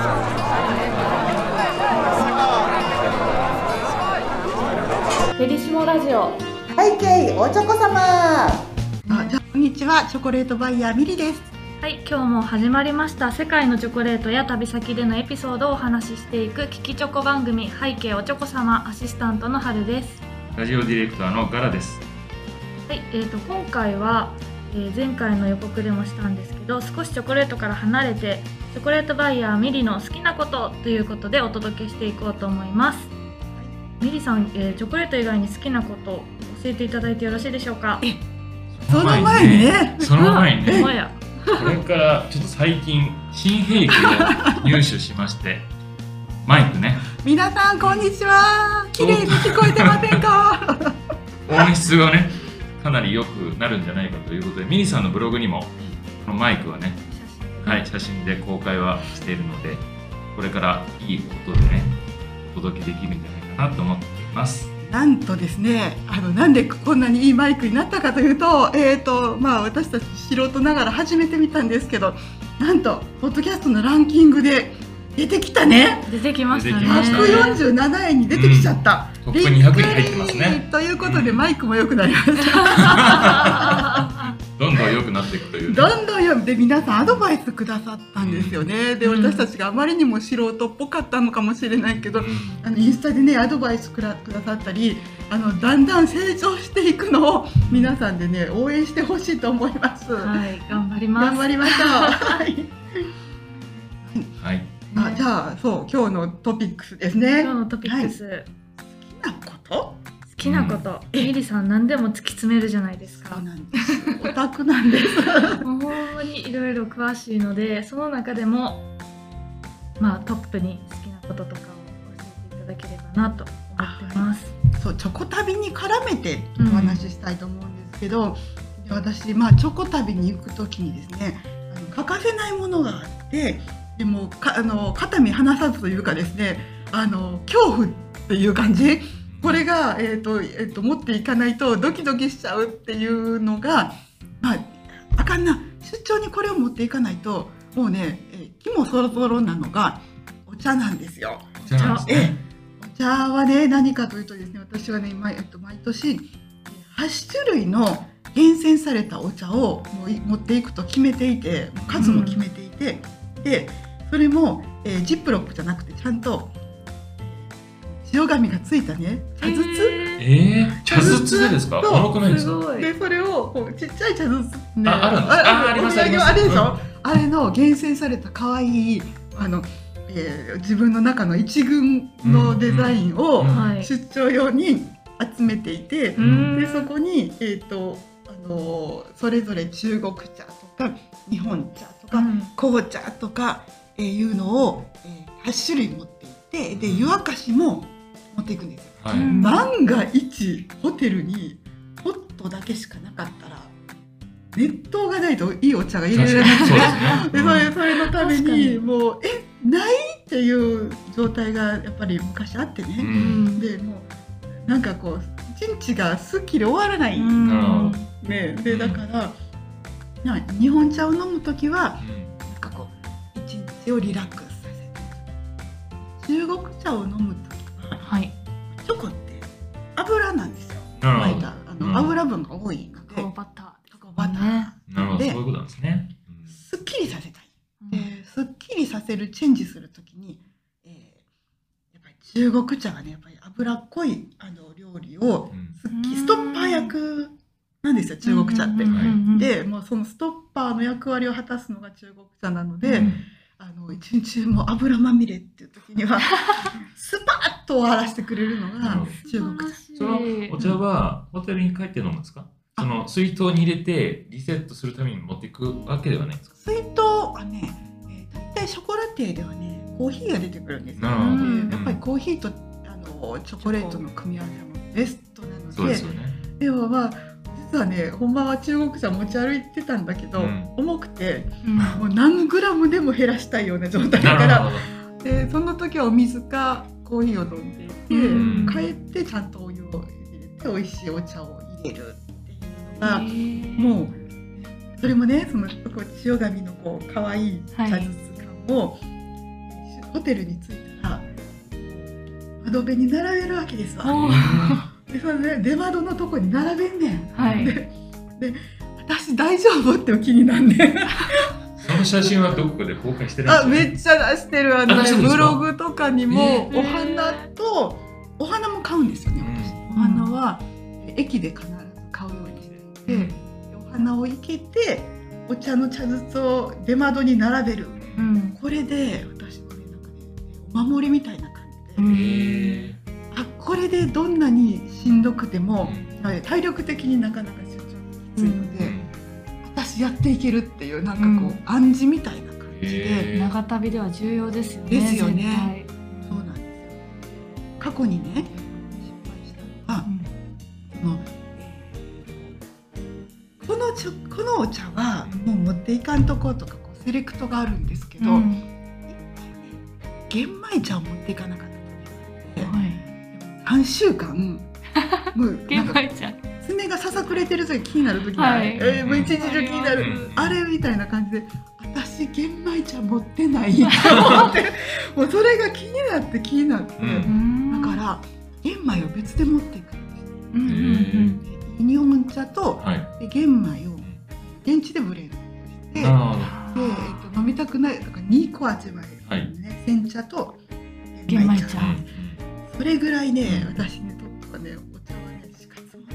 フェリシモラジオ背景おちょこ様。じゃあこんにちは、チョコレートバイヤーミリです。 はい、今日も始まりました世界のチョコレートや旅先でのエピソードをお話ししていく聞きチョコ番組背景おちょこ様、アシスタントの春です。 ラジオディレクターのガラです。 はい、今回は、前回の予告でもしたんですけど、少しチョコレートから離れてチョコレートバイヤーミリの好きなことということでお届けしていこうと思います。ミリさん、チョコレート以外に好きなこと教えていただいてよろしいでしょうか。 その前にね、 その前にね、 これからちょっと最近新兵器を入手しましてマイクね。 皆さんこんにちは。綺麗に聞こえてませんか？ 音質がねかなり良くなるんじゃないかということで、ミリさんのブログにもこのマイクはね、はい、写真で公開はしているので、これからいい音でねお届けできるんじゃないかなと思っています。 なんとですね、なんでこんなにいいマイクになったかというと、私たち素人ながら始めてみたんですけど、なんとポッドキャストのランキングで出てきたね。 出てきましたね。 147位に出てきちゃった。 トップ200に入ってますね。 ということで、マイクも良くなりました。 どんどん良くなっていくという、ね。 どんどん良くで、皆さんアドバイスくださったんですよね。で、私たちがあまりにも素人っぽかったのかもしれないけど、インスタでねアドバイスくださったり、だんだん成長していくのを皆さんでね応援してほしいと思います。 はい、頑張ります。 頑張りましょう。はい。 はい。 じゃあ今日のトピックスですね。 今日のトピックス、 好きなこと、ミリさん何でも突き詰めるじゃないですか。 そうなんです。オタクなんです。 もうほんまにいろいろ詳しいので、その中でもトップに好きなこととかを教えていただければなと思ってます。 そう、チョコ旅に絡めてお話ししたいと思うんですけど、私チョコ旅に行くときにですね、欠かせないものがあって、でも肩身離さずというかですね、恐怖っていう感じ。これが、持っていかないとドキドキしちゃうっていうのが、あかんな、出張にこれを持っていかないともうね、気もそろそろなのがお茶なんですよ。 お茶なんですね。 お茶はね、何かというとですね、私はね、毎年8種類の厳選されたお茶を持っていくと決めていて、数も決めていて、でそれも、ジップロックじゃなくてちゃんと塩紙がついたね、茶筒。 茶筒でですか？重くないですか？ でそれをこうちっちゃい茶筒ね、 あるんです。ありますあります。 あれでしょ？あれの厳選された可愛い自分の中の一群のデザインを出張用に集めていて、でそこにそれぞれ中国茶とか日本茶とか紅茶とかいうのを8種類持っていて、で湯沸かしも持っていくんですよ。万が一ホテルにポットだけしかなかったら熱湯がないといいお茶が入れられなくて、それのためにもうないっていう状態がやっぱり昔あってね、でもうなんかこう一日がすっきり終わらない、ね、でだから日本茶を飲むときはなんかこう一日をリラックスさせて、中国茶を飲むときは、チョコって油なんですよ。油分が多いので、 カカオバター。 なるほど、そういうことなんですね。 すっきりさせたい。すっきりさせるチェンジするときに、やっぱり中国茶がね、やっぱり脂っこい料理をストッパー役なんですよ、中国茶って。でもうそのストッパーの役割を果たすのが中国茶なので、一日も油まみれっていう時にはスパッと終わらせてくれるのが中国茶。 そのお茶はホテルに帰って飲むんですか？その水筒に入れてリセットするために持っていくわけではないですか？ 水筒はね、大体ショコラティエではね、コーヒーが出てくるんですよ。やっぱりコーヒーとチョコレートの組み合わせもベストなので、 そうですよね。 でも実はね、本番は中国茶持ち歩いてたんだけど、重くて、もう何グラムでも減らしたいような状態だから、でその時はお水かコーヒーを飲んでいて、帰ってちゃんとお湯を入れて美味しいお茶を入れるっていうのが、もうそれもね、その塩紙のこう可愛い茶筒感をホテルに着いたら窓辺に並べるわけですわ。でそれね、出窓のとこに並べんねん。 はい、 で私大丈夫って気になんねん。 その写真はどこで公開してるんですか？ めっちゃ出してる。ブログとかにもお花も買うんですよね、私。お花は駅で必ず買うようにしていて、お花を生けてお茶の茶筒を出窓に並べる、これで私のね、なんかね、お守りみたいな感じで、これでどんなにしんどくても、体力的になかなか出張きついので、私やっていけるっていう、なんかこう、暗示みたいな感じで、 長旅では重要ですよね。 ですよね。そうなんですよ。過去にね、失敗したのは、このお茶はもう持っていかんとことか、こうセレクトがあるんですけど、玄米茶を持っていかなかった時があって、3週間もう玄米茶爪がささくれてる時気になる時が、もう一日中気になる、あれみたいな感じで、私玄米茶持ってないって思ってもうそれが気になって、だから玄米を別で持っていくんです。日本茶と玄米を現地でブレンドして、飲みたくないとか2個味わえるね、煎茶と玄米茶。それぐらいね、私にとってはね、お茶はね、死活も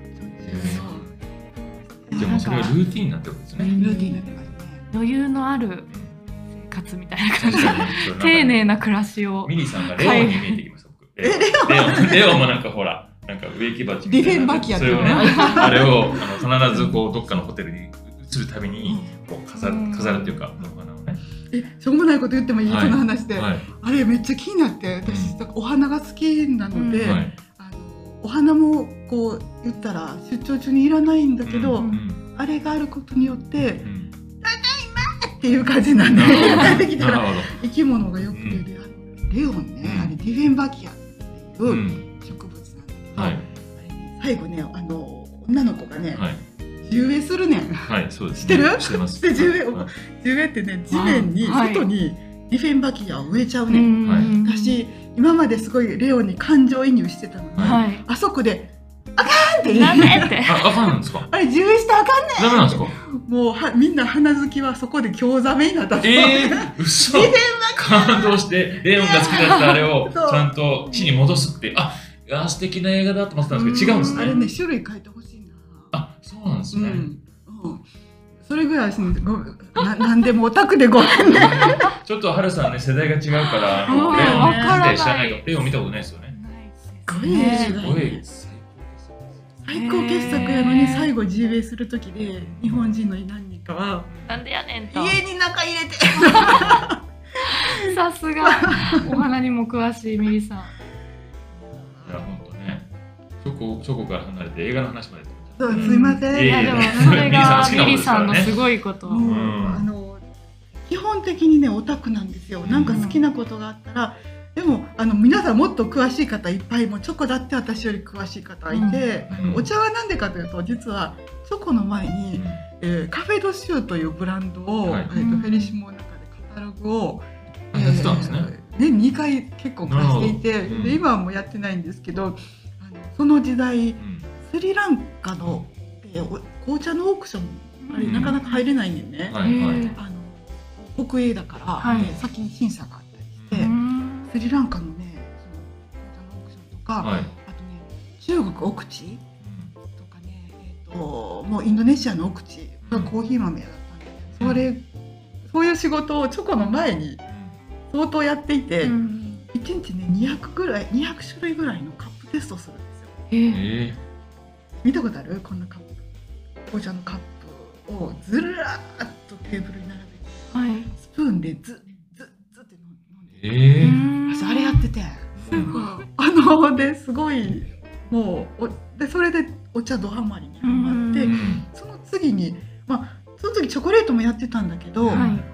じゃあもうそれがルーティーンになってるんですね。 ルーティーンになってますね。 余裕のある生活みたいな感じで、丁寧な暮らしを。 ミリさんがレオンに見えてきます。レオンもなんかほら、なんか植木鉢みたいな、 ディフェンバキアっていうね、あれを必ずこうどっかのホテルに移るたびにこう飾るっていうか、お花をね。 しょうもないこと言ってもいい、その話で、あれめっちゃ気になって、私お花が好きなので、お花もこう言ったら出張中にいらないんだけど、あれがあることによって「ただいま!」っていう感じなんで、帰ってきたら生き物がよく出るレオンね、あれディフェンバキアっていう植物なんですけど、最後ね、女の子がね、地植えするねん。知ってる？ 知ってます。 で地植えってね、地面に外にディフェンバキアを植えちゃうねん。私今まですごいレオンに感情移入してたのに、あそこであかんって言って、 あかんなんですか？ あれ地植えしたらあかんねん。 ダメなんですか？ もうみんな花好きはそこで興ざめになった。 嘘。感動してレオンが好きだったあれをちゃんと地に戻すって、素敵な映画だと思ってたんですけど、違うんですね。 あれね、種類変えてほしいな。 そうなんですね。 それぐらいなんでもオタクでごめんね。 ちょっとハルさんね、世代が違うからレオンって知らないか、レオン見たことないですよね。 すごい最高傑作やのに、最後地植えする時で日本人の何人かはなんでやねんと家に中入れて。 さすがお花にも詳しいミリさん。 いや本当ね、チョコから離れて映画の話まで。 すいません。 いやでもそれがミリさんのすごいこと。 基本的にね、オタクなんですよ。なんか好きなことがあったら、でも皆さんもっと詳しい方いっぱい、もうチョコだって私より詳しい方いて、お茶はなんでかというと、実はチョコの前にカフェドシューというブランドをフェリシモの中でカタログを年2回結構貸していて、今はもうやってないんですけど、その時代スリランカの紅茶のオークション、あれなかなか入れないねんね。北英だから先に審査があったりして、スリランカのね、その紅茶のオークションとか、あとね中国奥地とかね、もうインドネシアの奥地がコーヒー豆だったんで、そういう仕事をチョコの前に相当やっていて、1日ね200種類ぐらいのカップテストするんですよ。見たことある？こんなカップ、紅茶のカップをずらーっとテーブルに並べて、スプーンでズッって飲んで、あれやってて、ですごいもうで、それでお茶ドハマりにハマって、その次にその時チョコレートもやってたんだけど、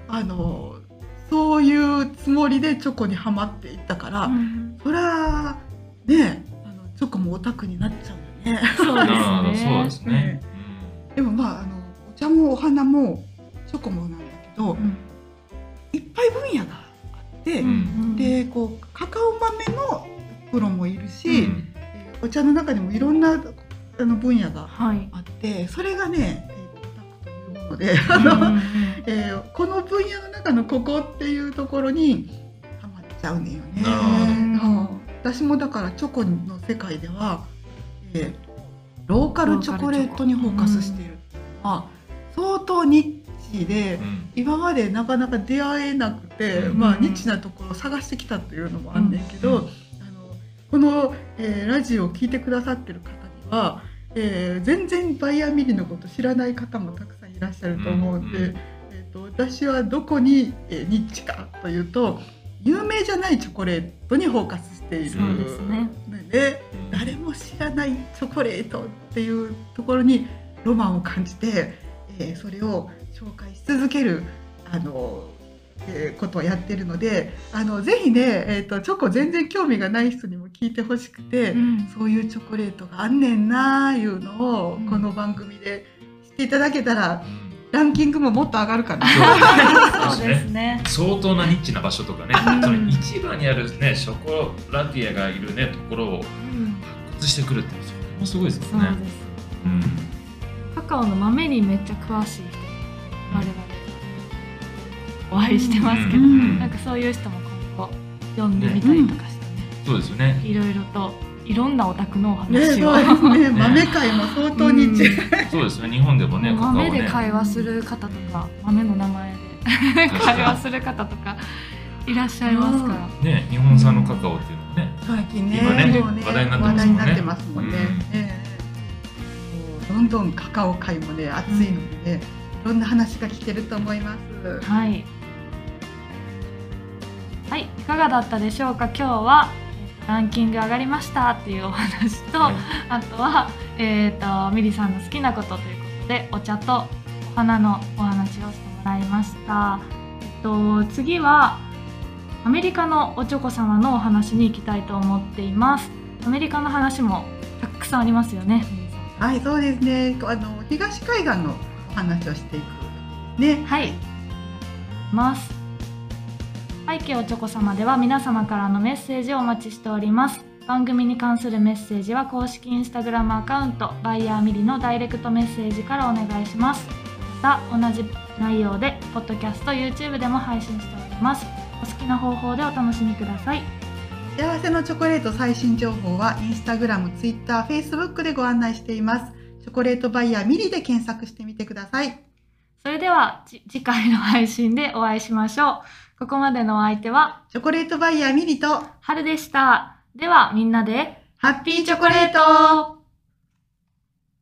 そういうつもりでチョコにはまっていったから、そりゃね、チョコもオタクになっちゃうよね。 そうですね。 でもお茶もお花もチョコもなんだけど、いっぱい分野があって、でこうカカオ豆のプロもいるし、お茶の中でもいろんな分野があって、それがねオタクというものでこの分野の中のここっていうところにハマっちゃうねよね。私もだからチョコの世界では、ローカルチョコレートにフォーカスしているのは相当ニッチで、今までなかなか出会えなくて、ニッチなところを探してきたっていうのもあんねんけど、この、ラジオを聞いてくださってる方には、全然バイヤーミリのこと知らない方もたくさんいらっしゃると思うんで、私はどこに、ニッチかというと有名じゃないチョコレートにフォーカスしているので、誰も知らないチョコレートっていうところにロマンを感じて、それを紹介し続けることをやってるので、ぜひね、チョコ全然興味がない人にも聞いてほしくて、そういうチョコレートがあんねんなーいうのをこの番組で知っていただけたら、ランキングももっと上がるかな。 そうですね。 相当なニッチな場所とかね、その市場にあるねショコラティエがいるねところを発掘してくるってそれもすごいですもんね。 そうです。カカオの豆にめっちゃ詳しい人、我々お会いしてますけど、なんかそういう人も今後読んでみたりとかしてね。 そうですよね。 いろいろといろんなお宅のお話を。 豆会も相当ニッチ。 そうですね。日本でもね、 豆で会話する方とか、豆の名前で会話する方とかいらっしゃいますから。 ね、日本産のカカオっていうのもね、 最近ね、 今ね話題になってますもんね。 どんどんカカオ界もね熱いのでね、いろんな話が聞けると思います。 はい。はい、いかがだったでしょうか。今日はランキング上がりましたっていうお話と、あとはミリさんの好きなことということでお茶とお花のお話をしてもらいました。次はアメリカのおちょこ様のお話に行きたいと思っています。アメリカの話もたくさんありますよね。 はい、そうですね。東海岸のお話をしていくね。 はい。背景おちょこ様では皆様からのメッセージをお待ちしております。番組に関するメッセージは公式インスタグラムアカウントバイヤーミリのダイレクトメッセージからお願いします。また同じ内容でポッドキャスト YouTube でも配信しております。お好きな方法でお楽しみください。 幸せのチョコレート最新情報はインスタグラム、ツイッター、フェイスブックでご案内しています。チョコレートバイヤーミリで検索してみてください。 それでは次回の配信でお会いしましょう。ここまでのお相手はチョコレートバイヤーミリと春でした。ではみんなでハッピーチョコレート。